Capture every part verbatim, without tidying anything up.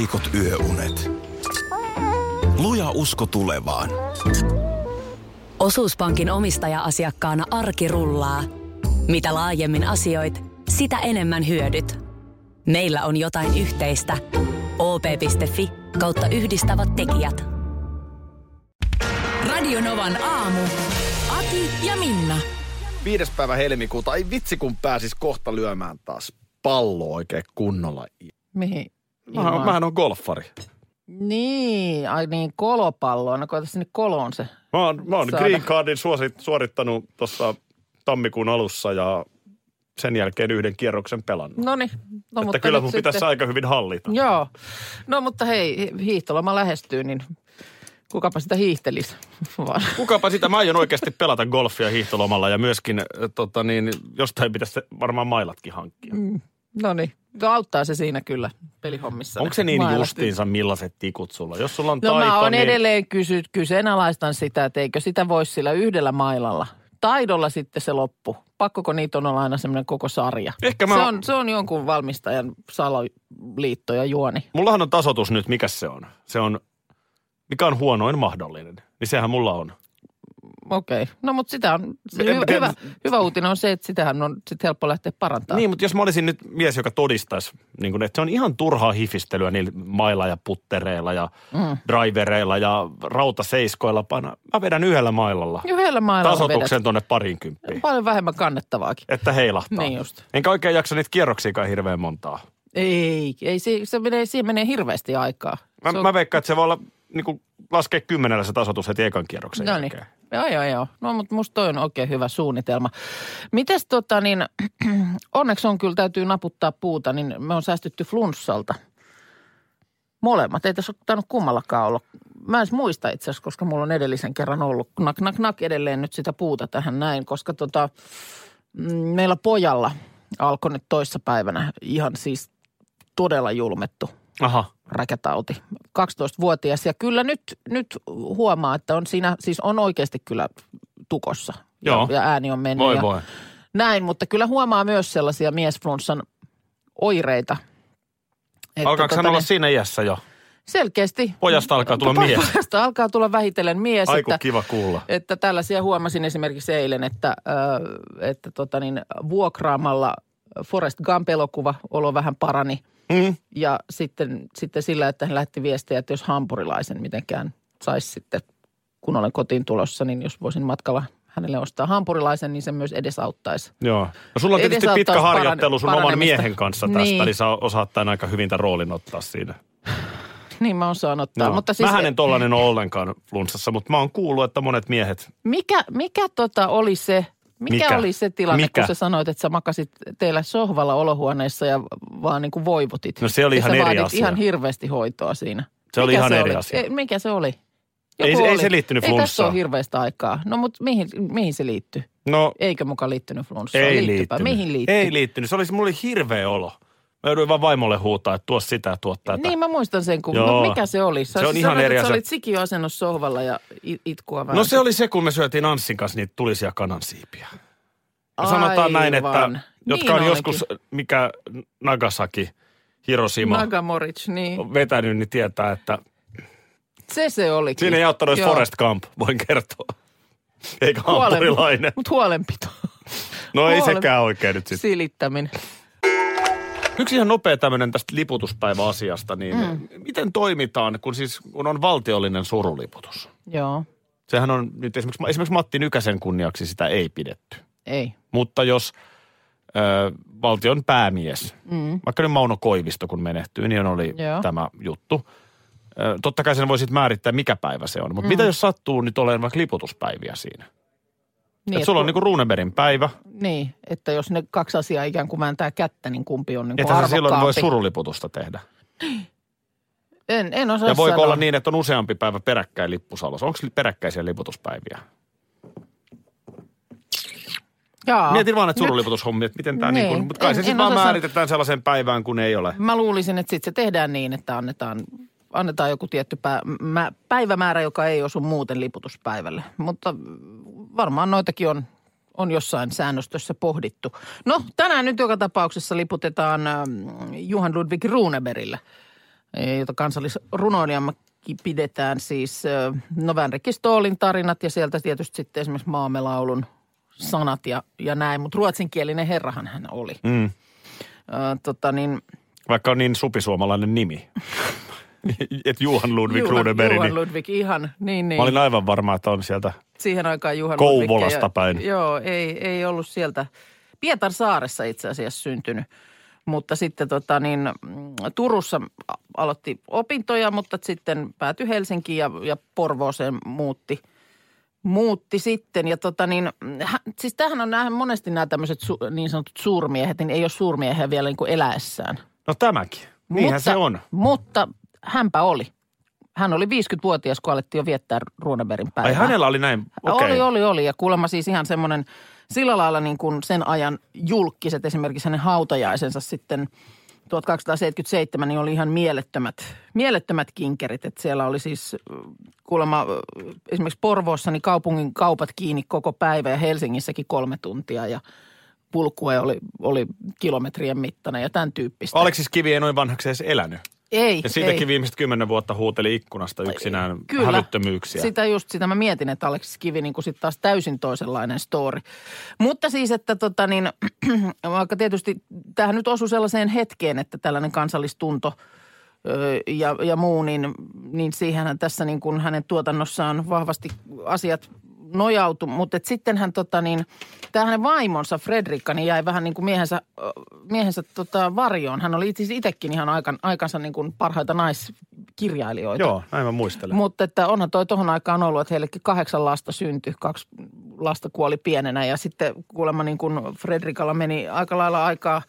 heikot yöunet. Luja usko tulevaan. Osuuspankin omistaja-asiakkaana arki rullaa. Mitä laajemmin asioit, sitä enemmän hyödyt. Meillä on jotain yhteistä. o p piste f i kautta yhdistävät tekijät. Radio Novan aamu. Ati ja Minna. Viides päivä helmikuuta. Ai vitsi, kun pääsis kohta lyömään taas pallo oikein kunnolla. Mihin? Mähän, mähän on golfari. Niin, ai niin, kolopalloa. No koeta sinne koloon se. Mä oon, mä oon Green Cardin suosit, suorittanut tuossa tammikuun alussa ja sen jälkeen yhden kierroksen pelannut. Noniin. No, että kyllä mun pitäisi sitten aika hyvin hallita. Joo. No mutta hei, hiihtoloma lähestyy, niin kukapa sitä hiihtelisi. Kukapa sitä. Mä aion oikeasti pelata golfia hiihtolomalla ja myöskin tota niin, jostain pitäisi varmaan mailatkin hankkia. Mm. No niin, auttaa se siinä kyllä pelihommissa. Onko se niin justiinsa millaiset tikut sulla? Jos sulla on no taito, mä oon niin edelleen kysy, kyseenalaistan sitä, että eikö sitä voisi sillä yhdellä mailalla. Taidolla sitten se loppu. Pakkoko niitä on olla aina semmoinen koko sarja. Ehkä mä... se, on, se on jonkun valmistajan salaliitto ja juoni. Mullahan on tasoitus nyt, mikä se on? Se on, mikä on huonoin mahdollinen. Niin sehän mulla on. Okei. Okay. No mutta sitä on, se en, hyvä, en, hyvä, hyvä uutinen on se, että sitähän on sitten helppo lähteä parantamaan. Niin, mutta jos mä olisin nyt mies, joka todistaisi, niin kun, että se on ihan turhaa hifistelyä niillä mailla ja puttereilla ja mm. drivereilla ja rautaseiskoilla. Mä vedän yhdellä mailalla. Yhdellä mailalla tasoituksen vedät. Tuonne parinkymppiin. Paljon vähemmän kannettavaakin. Että heilahtaa. Niin just. Enkä oikein jaksa niitä kierroksiakaan hirveän montaa. Ei, ei se, se menee, siihen menee hirveästi aikaa. Mä, on... mä veikkaan, että se voi olla niin kuin laskea kymmenellä se tasoitus heti ekan kierroksen no jälkeen. Niin. Joo, joo, joo. No, mutta musta toi on oikein hyvä suunnitelma. Mites tota niin, onneksi on kyllä, täytyy naputtaa puuta, niin me on säästytty flunssalta. Molemmat, ei tässä ole tainnut kummallakaan olla. Mä en edes muista itse asiassa, koska mulla on edellisen kerran ollut nak, nak, nak edelleen nyt sitä puuta tähän näin, koska tota, meillä pojalla alkoi nyt toissapäivänä ihan siis todella julmettu. Aha. Räkätauti, kaksitoistavuotias ja kyllä nyt, nyt huomaa, että on siinä, siis on oikeasti kyllä tukossa. Joo. Ja, ja ääni on mennyt. Voi ja voi. Näin, mutta kyllä huomaa myös sellaisia miesflunssan oireita. Alkaako hän olla siinä iässä jo? Selkeästi. Pojasta alkaa tulla mies. Pojasta alkaa tulla vähitellen mies. Aiku että, kiva kuulla. Että tällaisia huomasin esimerkiksi eilen, että, äh, että tota niin, vuokraamalla Forrest Gump-elokuva olo vähän parani. Mm. Ja sitten, sitten sillä, että hän lähti viestiä, että jos hampurilaisen mitenkään saisi sitten, kun olen kotiin tulossa, niin jos voisin matkalla hänelle ostaa hampurilaisen, niin se myös edesauttaisi. Joo. No sulla on tietysti pitkä harjoittelu sun oman miehen kanssa tästä, niin, niin sä osaat tämän aika hyvin tämän roolin ottaa siinä. Niin mä osaan ottaa. No. Mutta siis, mähän en tollainen ole ollenkaan flunssassa, mutta mä oon kuullut, että monet miehet... Mikä, mikä tota oli se... Mikä, mikä oli se tilanne, Mikä? kun sä sanoit, että sä makasit teillä sohvalla olohuoneessa ja vaan niin kuin voivotit? No se oli ihan eri asia. Ihan hirveästi hoitoa siinä. Se oli mikä ihan se eri oli? asia. Ei, mikä se oli? Ei, oli. ei se liittynyt flunssaan. Ei tässä ole hirveästä aikaa. No mutta mihin, mihin se liittyy? No, eikö mukaan liittynyt flunssaan? Ei Liittypä. liittynyt. Mihin liittyy? Ei liittynyt. Se oli, mulla oli hirveä olo. Mä jouduin vaan vaimolle huutaa, että tuo sitä ja tuo tätä. Niin mä muistan sen, kun no, mikä se oli? Sä se on ihan eri asia. Sä olit sikiöasennossa sohvalla ja itkua vähän. No se oli se, kun me syötiin Anssin kanssa niitä tulisia kanansiipiä. Ja sanotaan näin, että jotka niin on joskus, mikä Nagasaki, Hiroshima Nagamorich, niin. on vetänyt, niin tietää, että... Se se olikin. Siinä ei auttanut Forrest Gump, voin kertoa. Eikä hampurilainen. Mutta huolenpito. No ei sekään oikein nyt sitten. Silittäminen. Yksi ihan nopea tämmöinen tästä liputuspäiväasiasta, niin mm. miten toimitaan, kun siis kun on valtiollinen suruliputus? Joo. Sehän on nyt esimerkiksi, esimerkiksi Matti Nykäsen kunniaksi sitä ei pidetty. Ei. Mutta jos ö, valtion päämies, mm. vaikka nyt Mauno Koivisto kun menehtyy, niin oli Joo. tämä juttu. Ö, totta kai sen voi sitten määrittää, mikä päivä se on. Mutta mm. mitä jos sattuu nyt olemaan vaikka liputuspäiviä siinä? Niin, että sulla on niinku Runebergin päivä. Niin, että jos ne kaksi asiaa ikään kuin vääntää kättä, niin kumpi on niinku arvokkaampi. Että silloin voi suruliputusta tehdä. En, en osaa Ja voiko sanoa. olla niin, että on useampi päivä peräkkäin lippusalossa? Onko peräkkäisiä liputuspäiviä? Jaa. Mietin vaan, että suruliputushommia, että miten tämä niin, niin mutta kai en, se sitten vaan määritetään sanoa. Sellaiseen päivään, kun ei ole. Mä luulisin, että sitten se tehdään niin, että annetaan, annetaan joku tietty pä, mä, päivämäärä, joka ei osu muuten liputuspäivälle. Mutta varmaan noitakin on, on jossain säännöstössä pohdittu. No, tänään nyt joka tapauksessa liputetaan äh, Johan Ludvig Runebergille. jota kansallisrunoilijamme pidetään siis no Vänrikki Ståhlin tarinat ja sieltä tietysti sitten esimerkiksi Maamelaulun sanat ja, ja näin, mutta ruotsinkielinen herrahan hän oli. Mm. Ö, tota niin, Vaikka on niin supisuomalainen nimi. Että Johan Ludvig Juhan, Runeberg. Johan Ludvig, ihan, niin niin. Mä olin aivan varma, että on sieltä siihen aikaan Juhan Kouvolasta Ludvig, päin. Joo, ei, ei ollut sieltä. Pietarsaaressa itse asiassa syntynyt. Mutta sitten tota niin, Turussa aloitti opintoja, mutta sitten päätyi Helsinkiin ja, ja Porvooseen muutti, muutti sitten. Ja tota niin, hän, siis tämähän on nähdä monesti nämä tämmöiset su, niin sanotut suurmiehet, niin ei ole suurmiehiä vielä niin kuin eläessään. No tämäkin. Niinhän mutta, se on. Mutta hänpä oli. Hän oli viisikymmentävuotias, kun alettiin jo viettää Runebergin päivää. Ai hänellä oli näin, okei. Oli, oli, oli. Ja kuulemma siis ihan semmoinen sillä lailla niin kuin sen ajan julkiset, esimerkiksi hänen hautajaisensa sitten tuhatkaksisataaseitsemänkymmentäseitsemän, niin oli ihan mielettömät, mielettömät kinkerit. Että siellä oli siis kuulemma esimerkiksi Porvoossa niin kaupungin kaupat kiinni koko päivä ja Helsingissäkin kolme tuntia ja pulkue oli, oli kilometrien mittainen ja tämän tyyppistä. Aleksis Kivi ei noin vanhaksi edes elänyt. Ei, Ja siitäkin ei. viimeiset kymmenen vuotta huuteli ikkunasta yksinään Kyllä, hävyttömyyksiä. Sitä just, sitä mä mietin, että Aleksis Kivi niin kuin sitten taas täysin toisenlainen story. Mutta siis, että tota niin, vaikka tietysti tämähän nyt osui sellaiseen hetkeen, että tällainen kansallistunto öö, ja, ja muu, niin, niin siihenhän tässä niin kuin hänen tuotannossaan vahvasti asiat nojautu. Mutta sitten hän tota niin, tämä hänen vaimonsa Fredrikka niin jäi vähän niin kuin miehensä, miehensä tota varjoon. Hän oli itse itsekin ihan aikan, aikansa niin kuin parhaita naiskirjailijoita. Joo, näin mä muistelen. Mutta että onhan toi tohon aikaan ollut, että heillekin kahdeksan lasta syntyi, kaksi lasta kuoli pienenä ja sitten kuulemma niin kuin Fredrikalla meni aika lailla aikaa,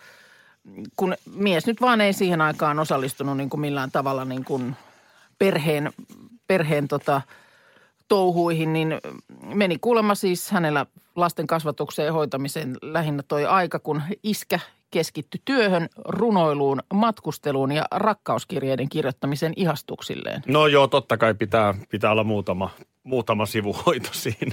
kun mies nyt vaan ei siihen aikaan osallistunut niin kuin millään tavalla niin kuin perheen, perheen tota touhuihin, niin meni kuulemma siis hänellä lasten kasvatukseen ja hoitamiseen lähinnä toi aika, kun iskä keskittyi työhön, runoiluun, matkusteluun ja rakkauskirjeiden kirjoittamiseen ihastuksilleen. No joo, totta kai pitää, pitää olla muutama, muutama sivuhoito siinä.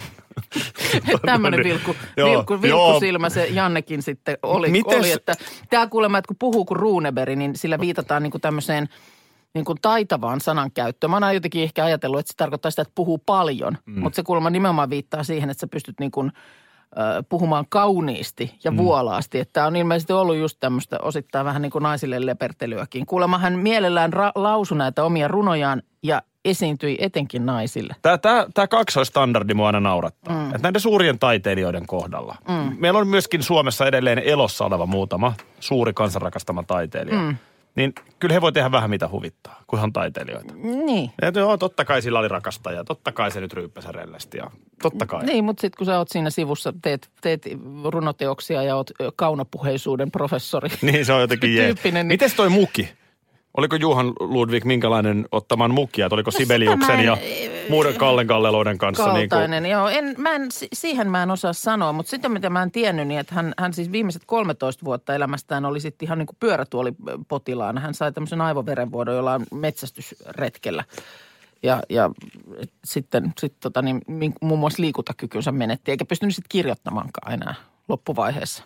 Tämmöinen vilkku, vilkku, vilkkusilmä se Jannekin sitten oli, oli että tämä kuulemma, että kun puhuu kuin Runeberg, niin sillä viitataan niin kuin tämmöiseen niin kuin taitavaan sanankäyttöön. Mä oon jotenkin ehkä ajatellut, että se tarkoittaa sitä, että puhuu paljon, mm. mutta se kuulemma nimenomaan viittaa siihen, että sä pystyt niin kuin, äh, puhumaan kauniisti ja mm. vuolaasti. Että tämä on ilmeisesti ollut just tämmöistä osittain vähän niin kuin naisille lepertelyäkin. Kuulemma hän mielellään ra- lausui näitä omia runojaan ja esiintyi etenkin naisille. Tämä, tämä, tämä kaksoistandardi mua aina naurattaa. Mm. Että näiden suurien taiteilijoiden kohdalla. Mm. Meillä on myöskin Suomessa edelleen elossa oleva muutama suuri kansanrakastama taiteilija. Mm. Niin kyllä he voi tehdä vähän mitä huvittaa, kun on taiteilijoita. Niin. Ja joo, totta kai sillä oli rakastaja, totta kai se nyt ryyppäsä rellästi ja totta kai. Niin, mutta sitten kun sä oot siinä sivussa, teet, teet runoteoksia ja oot kaunopuheisuuden professori. Niin, se on jotenkin jees. Niin... Mites toi muki? Oliko Johan Ludvig minkälainen ottamaan mukia? Oliko no Sibeliuksen ja muiden Kallen Kalleloiden kanssa? Kaltainen, niin kuin... joo. En, mä en, siihen mä en osaa sanoa, mutta sitten mitä mä en tiennyt, niin että hän, hän siis viimeiset kolmetoista vuotta elämästään oli sitten ihan niin kuin pyörätuolipotilaana. Hän sai tämmöisen aivoverenvuodon, jolla on metsästysretkellä. Ja, ja sitten sit tota niin, muun muassa liikuntakykynsä menetti, eikä pystynyt sitten kirjoittamaankaan enää loppuvaiheessa.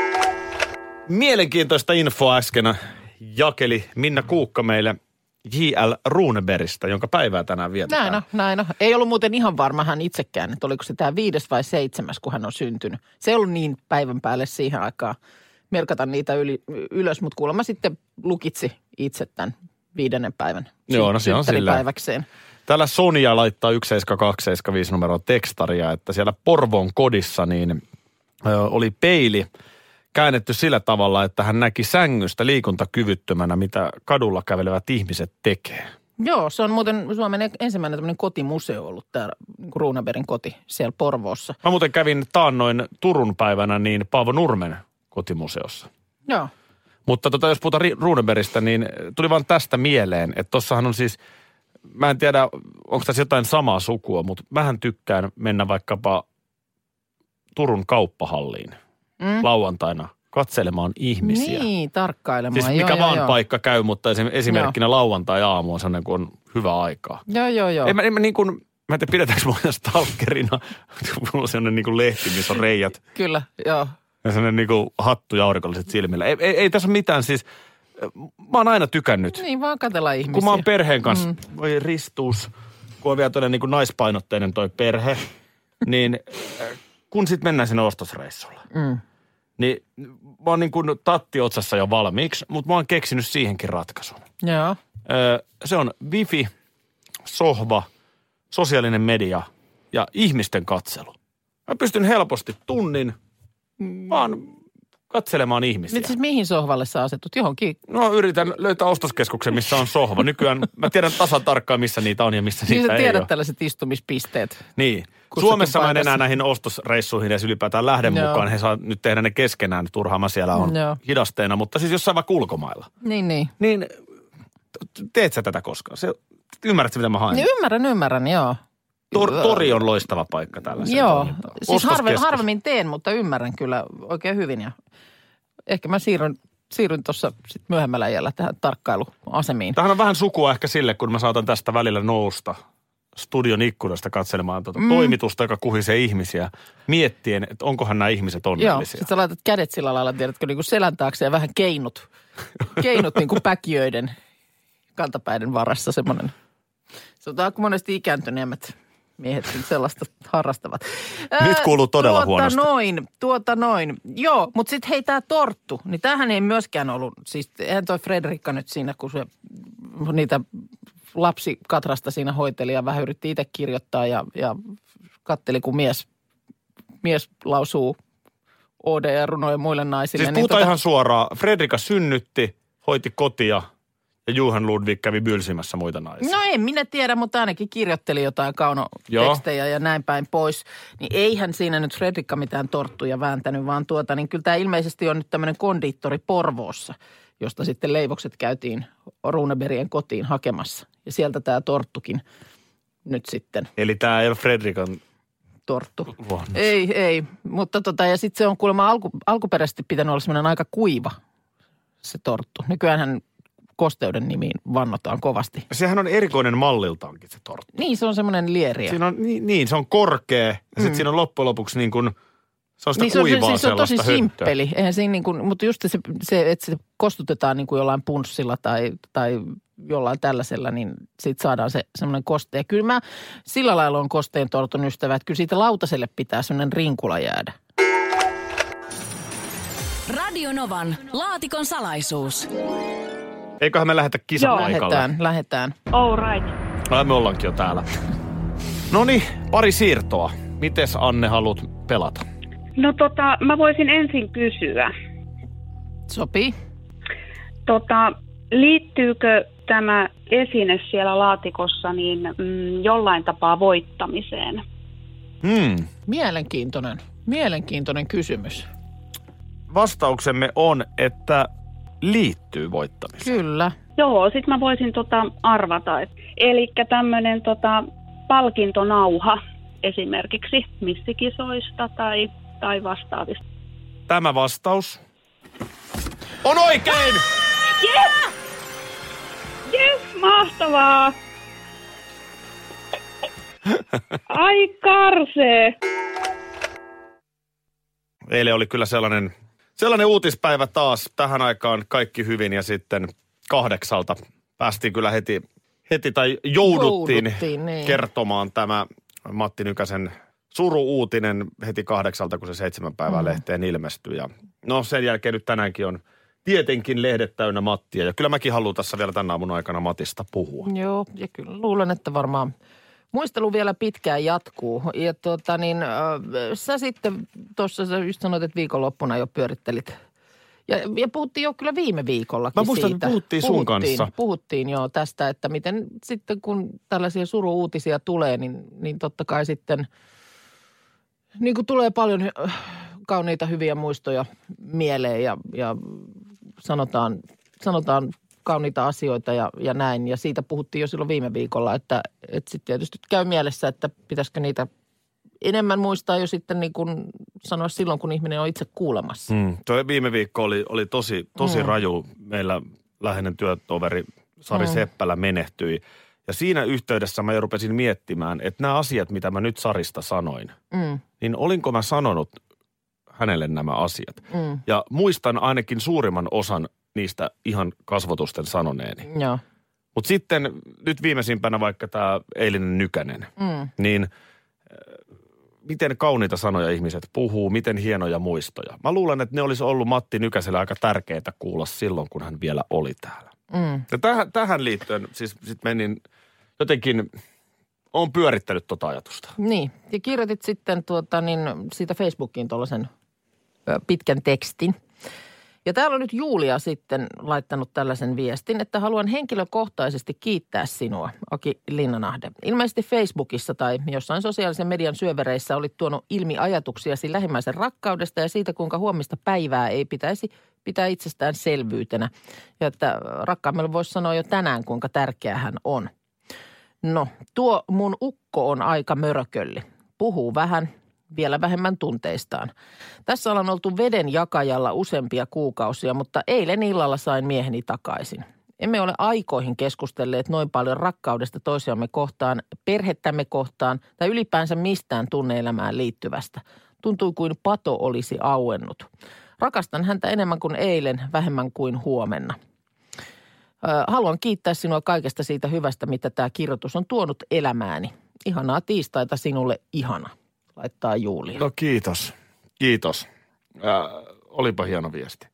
Mielenkiintoista infoa äsken jakeli Minna Kuukka meille J L Runebergistä, jonka päivää tänään vietetään. Näin on, näin on. Ei ollut muuten ihan varma hän itsekään, että oliko se tämä viides vai seitsemäs, kun hän on syntynyt. Se ei ollut niin päivän päälle siihen aikaan merkata niitä yli, ylös, mutta kuulemma sitten lukitsi itse tämän viidennen päivän Joo, no se on synttäripäiväkseen. Täällä Sonja laittaa yksi seitsemän kaksi seitsemän viisi numeroa tekstaria, että siellä Porvoon kodissa niin ö, oli peili käännetty sillä tavalla, että hän näki sängystä liikuntakyvyttömänä, mitä kadulla kävelevät ihmiset tekee. Joo, se on muuten Suomen ensimmäinen tämmöinen kotimuseo ollut, tämä Runebergin koti siellä Porvoossa. Mä muuten kävin taannoin Turun päivänä niin Paavo Nurmen kotimuseossa. Joo. Mutta tota, jos puhutaan Runebergistä, niin tuli vaan tästä mieleen, että tossahan on siis, mä en tiedä, onko tässä jotain samaa sukua, mutta mähän tykkään mennä vaikkapa Turun kauppahalliin mm. lauantaina katselemaan ihmisiä. Niin, tarkkailemaan. Siis mikä joo, vaan joo, paikka käy, mutta esimerkkinä joo. lauantai-aamu on sellainen, kun on hyvä aikaa. Joo, joo, joo. En mä, en mä niin kuin, mä en tiedä, pidetäänkö mua stalkerina. Mulla on sellainen niin kuin lehti, missä on reijät. Kyllä, joo. Ja sellainen niin kuin hattu ja aurinkolliset silmillä. Ei, ei, ei tässä ole mitään siis, mä oon aina tykännyt. Niin, vaan katsella ihmisiä. Kun mä oon perheen kanssa, Mm. voi ristuus, kun on vielä todella niin kuin naispainotteinen toi perhe, niin kun sit mennään sinne ostosreissulle, Mm. niin mä oon niin kuin tatti otsassa jo valmiiksi, mutta mä oon keksinyt siihenkin ratkaisun. Joo. Öö, se on wifi, sohva, sosiaalinen media ja ihmisten katselu. Mä pystyn helposti tunnin vaan katselemaan ihmisiä. Nyt siis mihin sohvalle sä asetut? Johonkin. No yritän löytää ostoskeskuksen, missä on sohva. Nykyään mä tiedän tasan tarkkaan, missä niitä on ja missä Niin niitä sä ei tiedät ole. tällaiset istumispisteet. Niin. Kussakin Suomessa mä en paikassa. enää näihin ostosreissuihin edes ylipäätään lähden Joo. mukaan. He saa nyt tehdä ne keskenään. Turhaama siellä on Joo. hidasteena, mutta siis jossain vaikka ulkomailla. Niin, niin. Niin teet sä tätä koskaan? Se, ymmärrätkö, mitä mä haen? Niin ymmärrän, ymmärrän, joo. Tor, tori on loistava paikka tällaiseen Joo, toimintaan. siis harve, Ostoskeskus. harvemmin teen, mutta ymmärrän kyllä oikein hyvin. Ja ehkä mä siirryn, siirryn tuossa sit myöhemmällä iällä tähän tarkkailuasemiin. Tähän on vähän sukua ehkä sille, kun mä saatan tästä välillä nousta studion ikkunasta katselemaan tuota mm. toimitusta, joka kuhisee ihmisiä, miettien, että onkohan nämä ihmiset Joo, onnellisia. sit sä laitat kädet sillä lailla, tiedätkö, niin kuin selän taakse ja vähän keinut. Keinut niin kuin päkiöiden kantapäiden varassa semmoinen. Se on aika monesti ikääntyneemmät miehet sellaista harrastavat. Nyt kuuluu todella tuota huonosti. noin, tuota noin. Joo, mutta sitten hei tää torttu, niin tämähän ei myöskään ollut, siis eihän toi Fredrikka nyt siinä, kun se niitä lapsikatrasta siinä hoiteli ja vähän yritti itse kirjoittaa ja, ja katteli, kun mies, mies lausuu odeja-runoja muille naisille. Siis niin puhutaan tota- ihan suoraan. Fredrika synnytti, hoiti kotia ja Johan Ludvig kävi bylsimässä muita naisia. No en minä tiedä, mutta ainakin kirjoitteli jotain kaunotekstejä ja näin päin pois. Niin eihän siinä nyt Fredrikka mitään torttuja vääntänyt, vaan tuota, niin kyllä tämä ilmeisesti on nyt tämmöinen kondiittori Porvoossa, josta sitten leivokset käytiin Runebergien kotiin hakemassa. Ja sieltä tämä torttukin nyt sitten Eli tämä ei ole Fredrikan torttu. luonnos. Ei, ei, mutta tota, ja sitten se on kuulemma alku, alkuperäisesti pitänyt olla semmoinen aika kuiva se torttu. Nykyäänhän kosteuden nimiin vannotaan kovasti. Sehän on erikoinen malliltaankin se torttu. Niin, se on semmoinen lieriä. Siinä on, niin, niin, se on korkea ja sitten mm. siinä on loppujen lopuksi niin kuin, se on sitä Niin se on, kuivaa siis se on tosi sellaista höttöä. simppeli. Eihän siinä niin kuin, mutta just se, se, että se kostutetaan niin kuin jollain punssilla tai, tai jollain tällaisella, niin siitä saadaan se semmoinen koste. Ja kyllä mä sillä lailla on kosteen tortun ystävä, että kyllä siitä lautaselle pitää semmoinen rinkula jäädä. Radio Novan laatikon salaisuus. Eiköhän me lähetä kisapaikalle. Lähetään, lähetään. All right. Ai, me ollaankin jo täällä. Noniin, pari siirtoa. Mites Anne haluat pelata? No tota, mä voisin ensin kysyä. Sopii. Tota, liittyykö tämä esine siellä laatikossa niin mm, jollain tapaa voittamiseen? Hmm. Mielenkiintoinen, mielenkiintoinen kysymys. Vastauksemme on, että liittyy voittamiseen. Kyllä. Joo, sit mä voisin tota arvata. Et, elikkä tämmönen tota palkintonauha esimerkiksi missikisoista tai, tai vastaavista. Tämä vastaus on oikein! Yes! Yes, mahtavaa! Ai karsee! Eilen oli kyllä sellainen, sellainen uutispäivä taas. Tähän aikaan kaikki hyvin ja sitten kahdeksalta päästiin kyllä heti, heti tai jouduttiin, Jouduttiin, niin. kertomaan tämä Matti Nykäsen suru-uutinen heti kahdeksalta, kun se seitsemän päivää mm. lehteen ilmestyi. Ja no sen jälkeen nyt tänäänkin on tietenkin lehdet täynnä Mattia. Ja kyllä mäkin haluan tässä vielä tämän aamun aikana Matista puhua. Joo, ja kyllä luulen, että varmaan muistelu vielä pitkään jatkuu. Ja tuota niin, äh, sä sitten tuossa sä just sanoit, että viikonloppuna jo pyörittelit. Ja, ja puhuttiin jo kyllä viime viikollakin Mä muistan, siitä. että puhuttiin sun puhuttiin, kanssa. Puhuttiin jo tästä, että miten sitten kun tällaisia suru-uutisia tulee, niin, niin totta kai sitten niin kuin tulee paljon äh, kauniita hyviä muistoja mieleen ja, ja sanotaan, sanotaan kauniita asioita ja, ja näin. Ja siitä puhuttiin jo silloin viime viikolla, että, että sitten tietysti käy mielessä, että pitäisikö niitä enemmän muistaa jo sitten niin kuin sanoa silloin, kun ihminen on itse kuulemassa. Mm. Tuo viime viikko oli, oli tosi, tosi mm. raju. Meillä läheinen työtoveri Sari mm. Seppälä menehtyi. Ja siinä yhteydessä mä jo rupesin miettimään, että nämä asiat, mitä mä nyt Sarista sanoin, mm. niin olinko mä sanonut hänelle nämä asiat. Mm. Ja muistan ainakin suurimman osan niistä ihan kasvotusten sanoneeni. Joo. Mutta sitten nyt viimeisimpänä vaikka tämä eilinen Nykänen, mm. niin miten kauniita sanoja ihmiset puhuu, miten hienoja muistoja. Mä luulen, että ne olisi ollut Matti Nykäselle aika tärkeää kuulla silloin, kun hän vielä oli täällä. Mm. Ja tähän, tähän liittyen siis sit menin jotenkin, olen pyörittänyt tota ajatusta. Niin, ja kirjoitit sitten tuota, niin, siitä Facebookiin tuollaisen pitkän tekstin. Ja täällä on nyt Julia sitten laittanut tällaisen viestin, että haluan henkilökohtaisesti kiittää sinua, Aki Linnanahde. Ilmeisesti Facebookissa tai jossain sosiaalisen median syövereissä olit tuonut ilmi ajatuksiasi lähimmäisen rakkaudesta ja siitä, kuinka huomista päivää ei pitäisi pitää itsestäänselvyytenä. Ja että rakkaammella voisi sanoa jo tänään, kuinka tärkeä hän on. No, tuo mun ukko on aika mörkölli. Puhuu vähän. Vielä vähemmän tunteistaan. Tässä ollaan oltu veden jakajalla useampia kuukausia, mutta eilen illalla sain mieheni takaisin. Emme ole aikoihin keskustelleet noin paljon rakkaudesta toisiamme kohtaan, perhettämme kohtaan tai ylipäänsä mistään tunne-elämään liittyvästä. Tuntui kuin pato olisi auennut. Rakastan häntä enemmän kuin eilen, vähemmän kuin huomenna. Haluan kiittää sinua kaikesta siitä hyvästä, mitä tämä kirjoitus on tuonut elämääni. Ihanaa tiistaita sinulle, ihana. Laittaa Julia. No kiitos. Kiitos. Äh, olipa hieno viesti.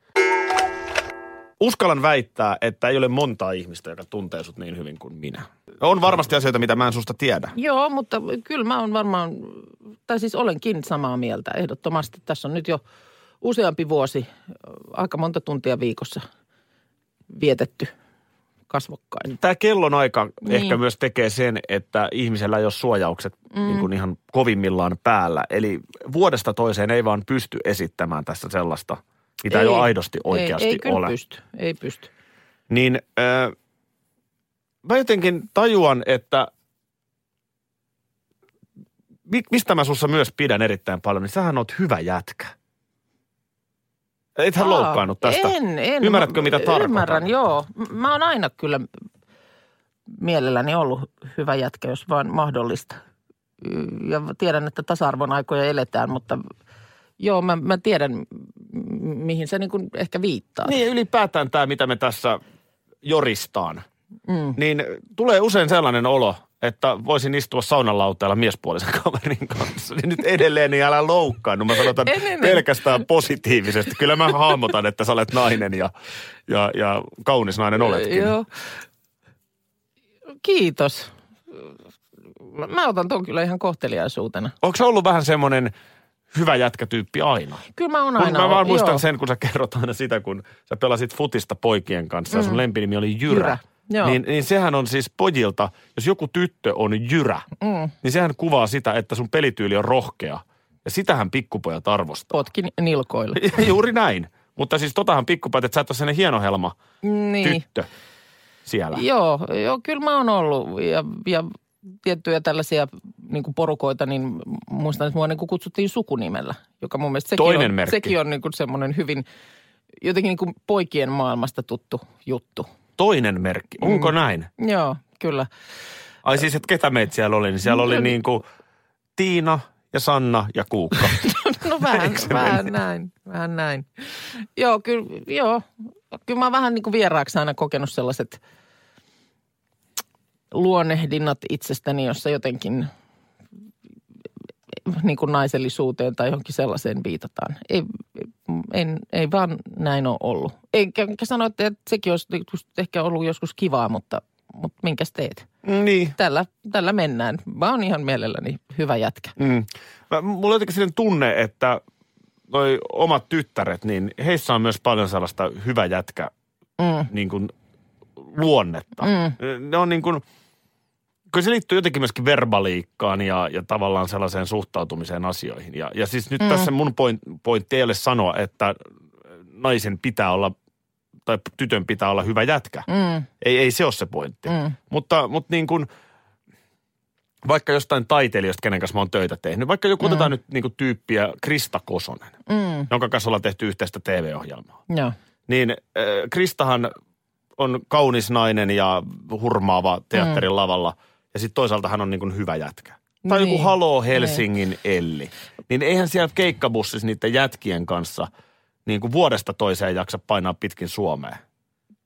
Uskallan väittää, että ei ole montaa ihmistä, joka tuntee sut niin hyvin kuin minä. On varmasti asioita, mitä mä en susta tiedä. Joo, mutta kyllä mä oon varmaan, tai siis olenkin samaa mieltä ehdottomasti. Tässä on nyt jo useampi vuosi, aika monta tuntia viikossa vietetty kasvokkain. Tämä kellonaika niin. ehkä myös tekee sen, että ihmisellä ei ole suojaukset mm. niin kuin ihan kovimmillaan päällä. Eli vuodesta toiseen ei vaan pysty esittämään tässä sellaista, mitä ei, ei ole aidosti oikeasti ei, ei ole. Ei pysty, ei pysty. Niin äh, mä jotenkin tajuan, että mistä mä sussa myös pidän erittäin paljon, niin sähän oot hyvä jätkä. Ethän Aa, loukkaannut tästä. En, en. Ymmärrätkö, mitä tarkoitan? Ymmärrän, joo. Mä oon aina kyllä mielelläni ollut hyvä jätkä, jos vaan mahdollista. Ja tiedän, että tasa-arvon aikoja eletään, mutta joo, mä, mä tiedän, mihin se niin kuin ehkä viittaa. Niin, ylipäätään tämä, mitä me tässä joristaan, mm. niin tulee usein sellainen olo, että voisin istua saunalauteella miespuolisen kaverin kanssa. Niin nyt edelleen niin älä loukkaannut. Mä sanotaan pelkästään positiivisesti. Kyllä mä hahmotan, että sä olet nainen ja, ja, ja kaunis nainen oletkin. Joo. Kiitos. Mä otan ton kyllä ihan kohteliaisuutena. Onko se ollut vähän semmoinen hyvä jätkätyyppi aina? Kyllä mä oon aina. Kun mä vaan muistan joo. sen, kun sä kerrot aina sitä, kun sä pelasit futista poikien kanssa mm. ja sun lempinimi oli Jyrä. Jyrä. Niin, niin sehän on siis pojilta, jos joku tyttö on jyrä, mm. niin sehän kuvaa sitä, että sun pelityyli on rohkea. Ja sitähän pikkupojat arvostaa. Potkin nilkoilla. Juuri näin. Mutta siis totahan pikkupojat, että sä et ole sellainen hienohelma niin. tyttö siellä. Joo, joo, kyllä mä oon ollut. Ja, ja tiettyjä tällaisia niin kuin porukoita, niin muistan, että mua niin kuin kutsuttiin sukunimellä, joka mun mielestä sekin Toinen on, merkki. sekin on niin kuin semmoinen hyvin, jotenkin niin kuin poikien maailmasta tuttu juttu. Toinen merkki. Onko mm. näin? Joo, kyllä. Ai siis, että ketä meitä siellä oli? Niin siellä oli niin kuin Tiina ja Sanna ja Kuukka. no vähän, vähän näin, vähän näin. Joo, kyllä, joo. Kyllä mä oon vähän niin kuin vieraaksi aina kokenut sellaiset luonnehdinnat itsestäni, jossa jotenkin niin kuin naisellisuuteen tai johonkin sellaiseen viitataan. Ei, ei, ei vaan näin ole ollut. Enkä, enkä sano, että sekin olisi ehkä ollut joskus kivaa, mutta, mutta minkäs teet? Niin. Tällä, tällä mennään. Mä oon ihan mielelläni hyvä jätkä. Mm. Mä, mulla on jotenkin sellainen tunne, että noi omat tyttäret, niin heissä on myös paljon sellaista hyvä jätkä mm. niin kuin luonnetta. Mm. Ne on niin kuin, kun se liittyy jotenkin myöskin verbaliikkaan ja, ja tavallaan sellaiseen suhtautumiseen asioihin. Ja, ja siis nyt mm. tässä mun point, pointti ei ole sanoa, että naisen pitää olla, tai tytön pitää olla hyvä jätkä. Mm. Ei, ei se ole se pointti. Mm. Mutta, mutta niin kuin, vaikka jostain taiteilijoista, kenen kanssa mä oon töitä tehnyt, vaikka joku mm. otetaan nyt niin kuin tyyppiä Krista Kosonen, mm. jonka kanssa ollaan tehty yhteistä T V-ohjelmaa. Joo. Niin äh, Kristahan on kaunis nainen ja hurmaava teatterin mm. lavalla. Ja sitten toisaalta hän on niin kuin hyvä jätkä. Tai niin. joku Haloo Helsingin niin. Elli. Niin eihän siellä keikkabussissa niiden jätkien kanssa niin kuin vuodesta toiseen jaksa painaa pitkin Suomea.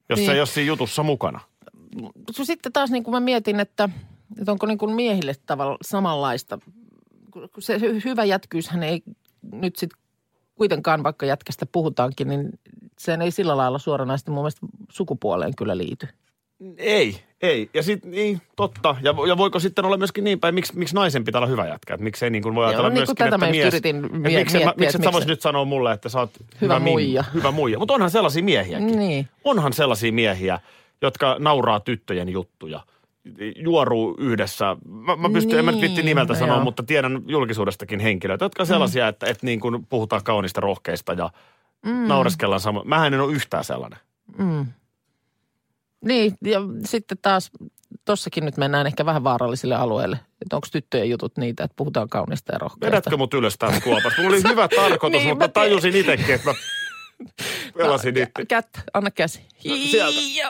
jos niin. se ei ole siinä jutussa mukana. Sitten taas niin kuin mä mietin, että, että onko niin kuin miehille tavalla samanlaista. Se hyvä jätkyyshän ei nyt sitten kuitenkaan, vaikka jätkästä puhutaankin, niin sen ei sillä lailla suoranaisesti mun mielestä sukupuoleen kyllä liity. Ei, ei. Ja sitten, niin, totta. Ja, ja voiko sitten olla myöskin niin päin, miksi, miksi naisen pitää olla hyvä jätkä? Että miksei niin kuin voi ajatella Joo, niin myöskin, tätä että mies... yritin mie- miksi miettiä, miksi et sä vois miksi... nyt sanoa mulle, että sä oot Hyvä, hyvä muija. Min, hyvä muija. Mutta onhan sellaisia miehiäkin. Niin. Onhan sellaisia miehiä, jotka nauraa tyttöjen juttuja. Juoruu yhdessä. Mä, mä pystyn, niin, en mä nyt vitti nimeltä no sanoa, joo. mutta tiedän julkisuudestakin henkilöitä, jotka on sellaisia, mm. että, että niin kuin puhutaan kaunista rohkeista ja mm. naureskellaan samoin. Mähän en ole yhtään sellainen. Mm. Niin, ja sitten taas tossakin nyt mennään ehkä vähän vaarallisille alueille. Että onko tyttöjen jutut niitä, että puhutaan kaunista ja rohkeista. Vedätkö mut ylös tästä kuopasta? Mulla oli hyvä tarkoitus, niin, mutta mä tajusin itsekin, että mä pelasin itse. Kättä, anna käsi. Sieltä. Ja...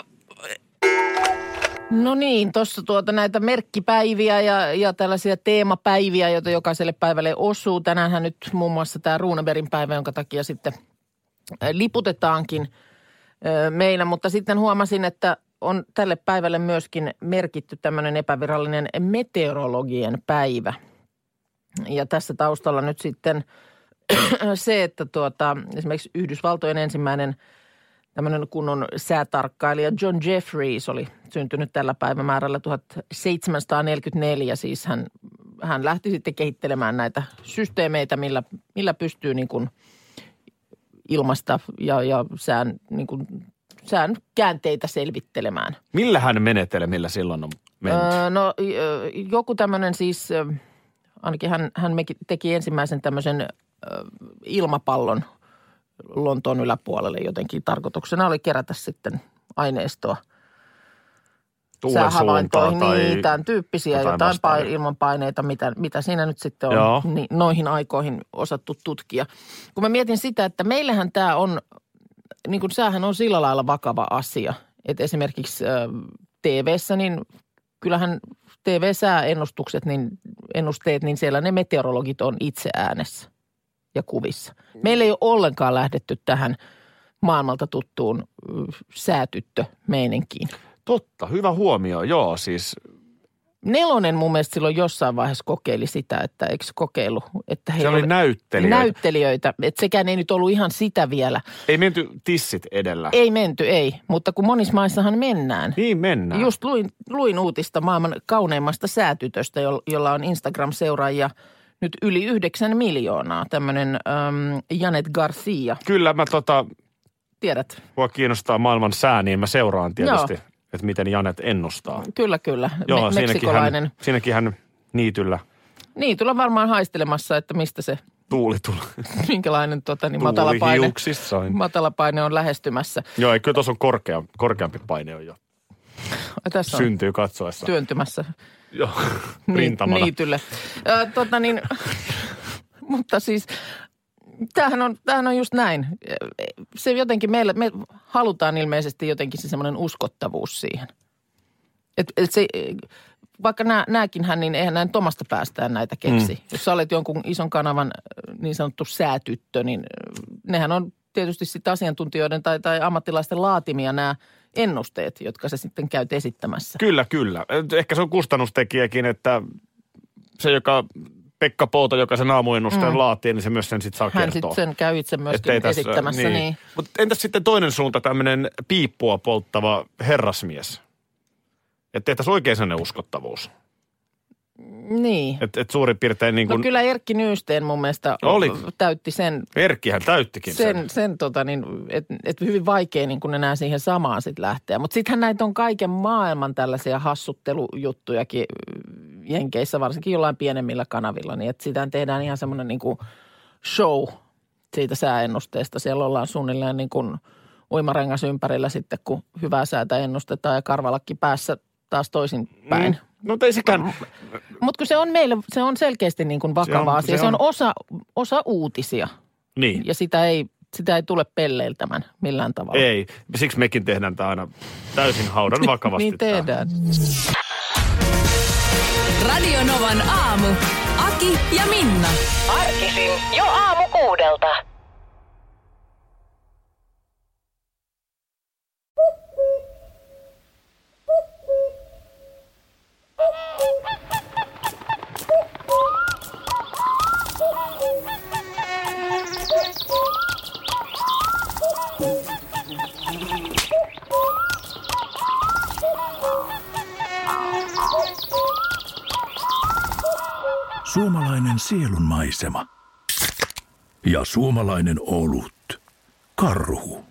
No niin, tuossa tuota näitä merkkipäiviä ja, ja tällaisia teemapäiviä, joita jokaiselle päivälle osuu. Tänäänhän nyt muun muassa tämä Runebergin päivä, jonka takia sitten liputetaankin meillä. Mutta sitten huomasin, että on tälle päivälle myöskin merkitty tämmöinen epävirallinen meteorologien päivä. Ja tässä taustalla nyt sitten se, että tuota, esimerkiksi Yhdysvaltojen ensimmäinen tämmöinen kunnon säätarkkailija John Jeffries oli syntynyt tällä päivämäärällä tuhatseitsemänsataaneljäkymmentäneljä. Siis hän, hän lähti sitten kehittelemään näitä systeemeitä, millä, millä pystyy niin kuin ilmasta ja, ja sään, niin kuin, sään käänteitä selvittelemään. Millä hän menetelmillä silloin on mennyt? Öö, no joku tämmöinen siis, ainakin hän, hän teki ensimmäisen tämmöisen ö, ilmapallon Lontoon yläpuolelle jotenkin. Tarkoituksena oli kerätä sitten aineistoa säähavaintoihin, tai niin, tämän tyyppisiä jotain, jotain pain, ilmanpaineita, mitä, mitä siinä nyt sitten on niin, noihin aikoihin osattu tutkia. Kun mä mietin sitä, että meillähän tämä on, niin kuin säähän on sillä lailla vakava asia, että esimerkiksi äh, T V:ssä, niin kyllähän T V-sääennustukset, niin ennusteet, niin siellä ne meteorologit on itse äänessä ja kuvissa. Meillä ei ole ollenkaan lähdetty tähän maailmalta tuttuun säätyttö-meininkiin. Totta, hyvä huomio, joo siis. Nelonen mun mielestä silloin jossain vaiheessa kokeili sitä, että eikö kokeilu, että he se oli näyttelijöitä. Näyttelijöitä, että sekään ei nyt ollut ihan sitä vielä. Ei menty tissit edellä. Ei menty, ei, mutta kun monissa maissahan mennään. Niin mennään. Just luin, luin uutista maailman kauneimmasta säätytöstä, jolla on Instagram-seuraajia nyt yli yhdeksän miljoonaa, tämmöinen ähm, Janet Garcia. Kyllä mä tota, tiedät. Mua kiinnostaa maailman sää, niin mä seuraan tietysti, joo, että miten Janet ennustaa. Kyllä, kyllä. Joo, Me- siinäkin, hän, siinäkin hän niityllä. Niityllä varmaan haistelemassa, että mistä se tuuli tulee. Minkälainen tota, niin matalapaine, matalapaine on lähestymässä. Joo, ei kyllä tuossa on korkea, korkeampi paine on jo. Tässä syntyy katsoessa. Työntymässä. Joo, rintamana. Niitylle. Ö, tota niin, mutta siis tämähän on, tämähän on just näin. Se jotenkin meillä, me halutaan ilmeisesti jotenkin se semmoinen uskottavuus siihen. Et, et se, vaikka nää, nääkinhän, niin eihän näin omasta päästään näitä keksi. Mm. Jos sä olet jonkun ison kanavan niin sanottu säätyttö, niin nehän on tietysti sitten asiantuntijoiden tai, tai ammattilaisten laatimia nämä ennusteet, jotka se sitten käyt esittämässä. Kyllä, kyllä. Ehkä se on kustannustekijäkin, että se, joka Pekka Pouta, joka sen aamuennusteen mm. laatii, niin se myös sen sitten saa Hän kertoa. Hän sitten sen käy itse myöskin tässä, esittämässä, niin. niin. Mutta entäs sitten toinen suunta, tämmöinen piippua polttava herrasmies? Että tehtäisiin oikein sellainen uskottavuus. Niin. Että et suurin piirtein niin kuin... No kyllä Erkki Nyysteen mun mielestä oli. täytti sen... Erkkihän täyttikin sen. Sen, sen tota niin, että et hyvin vaikea niin kun enää siihen samaan sitten lähteä. Mutta sittenhän näitä on kaiken maailman tällaisia hassuttelujuttujakin Jenkeissä, varsinkin jollain pienemmillä kanavilla. Niin että siitä tehdään ihan semmoinen niin kuin show siitä sääennusteesta. Siellä ollaan suunnilleen niin kuin uimarengas ympärillä sitten, kun hyvää säätä ennustetaan ja karvalakki päässä taas toisin päin. Mm. No ei sekään... Mutta kun se on meille, se on selkeästi niin kuin vakava se on, asia. Se on, se on osa, osa uutisia. Niin. Ja sitä ei, sitä ei tule pelleiltämään millään tavalla. Ei. Siksi mekin tehdään tämä aina täysin haudan vakavasti. Niin tehdään. Radio Novan aamu. Aki ja Minna. Arkisin jo aamu kuudelta. Suomalainen sielunmaisema. Ja suomalainen olut. Karhu.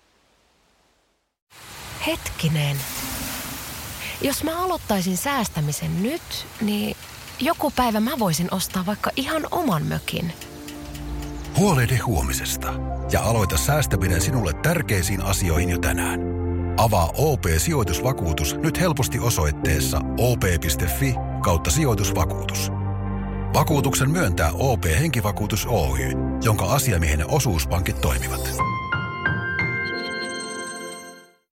Hetkinen. Jos mä aloittaisin säästämisen nyt, niin joku päivä mä voisin ostaa vaikka ihan oman mökin. Huolehdi huomisesta ja aloita säästäminen sinulle tärkeisiin asioihin jo tänään. Avaa O P-sijoitusvakuutus nyt helposti osoitteessa op.fi kautta sijoitusvakuutus. Vakuutuksen myöntää O P-henkivakuutus Oy, jonka asiamiehen osuuspankit toimivat.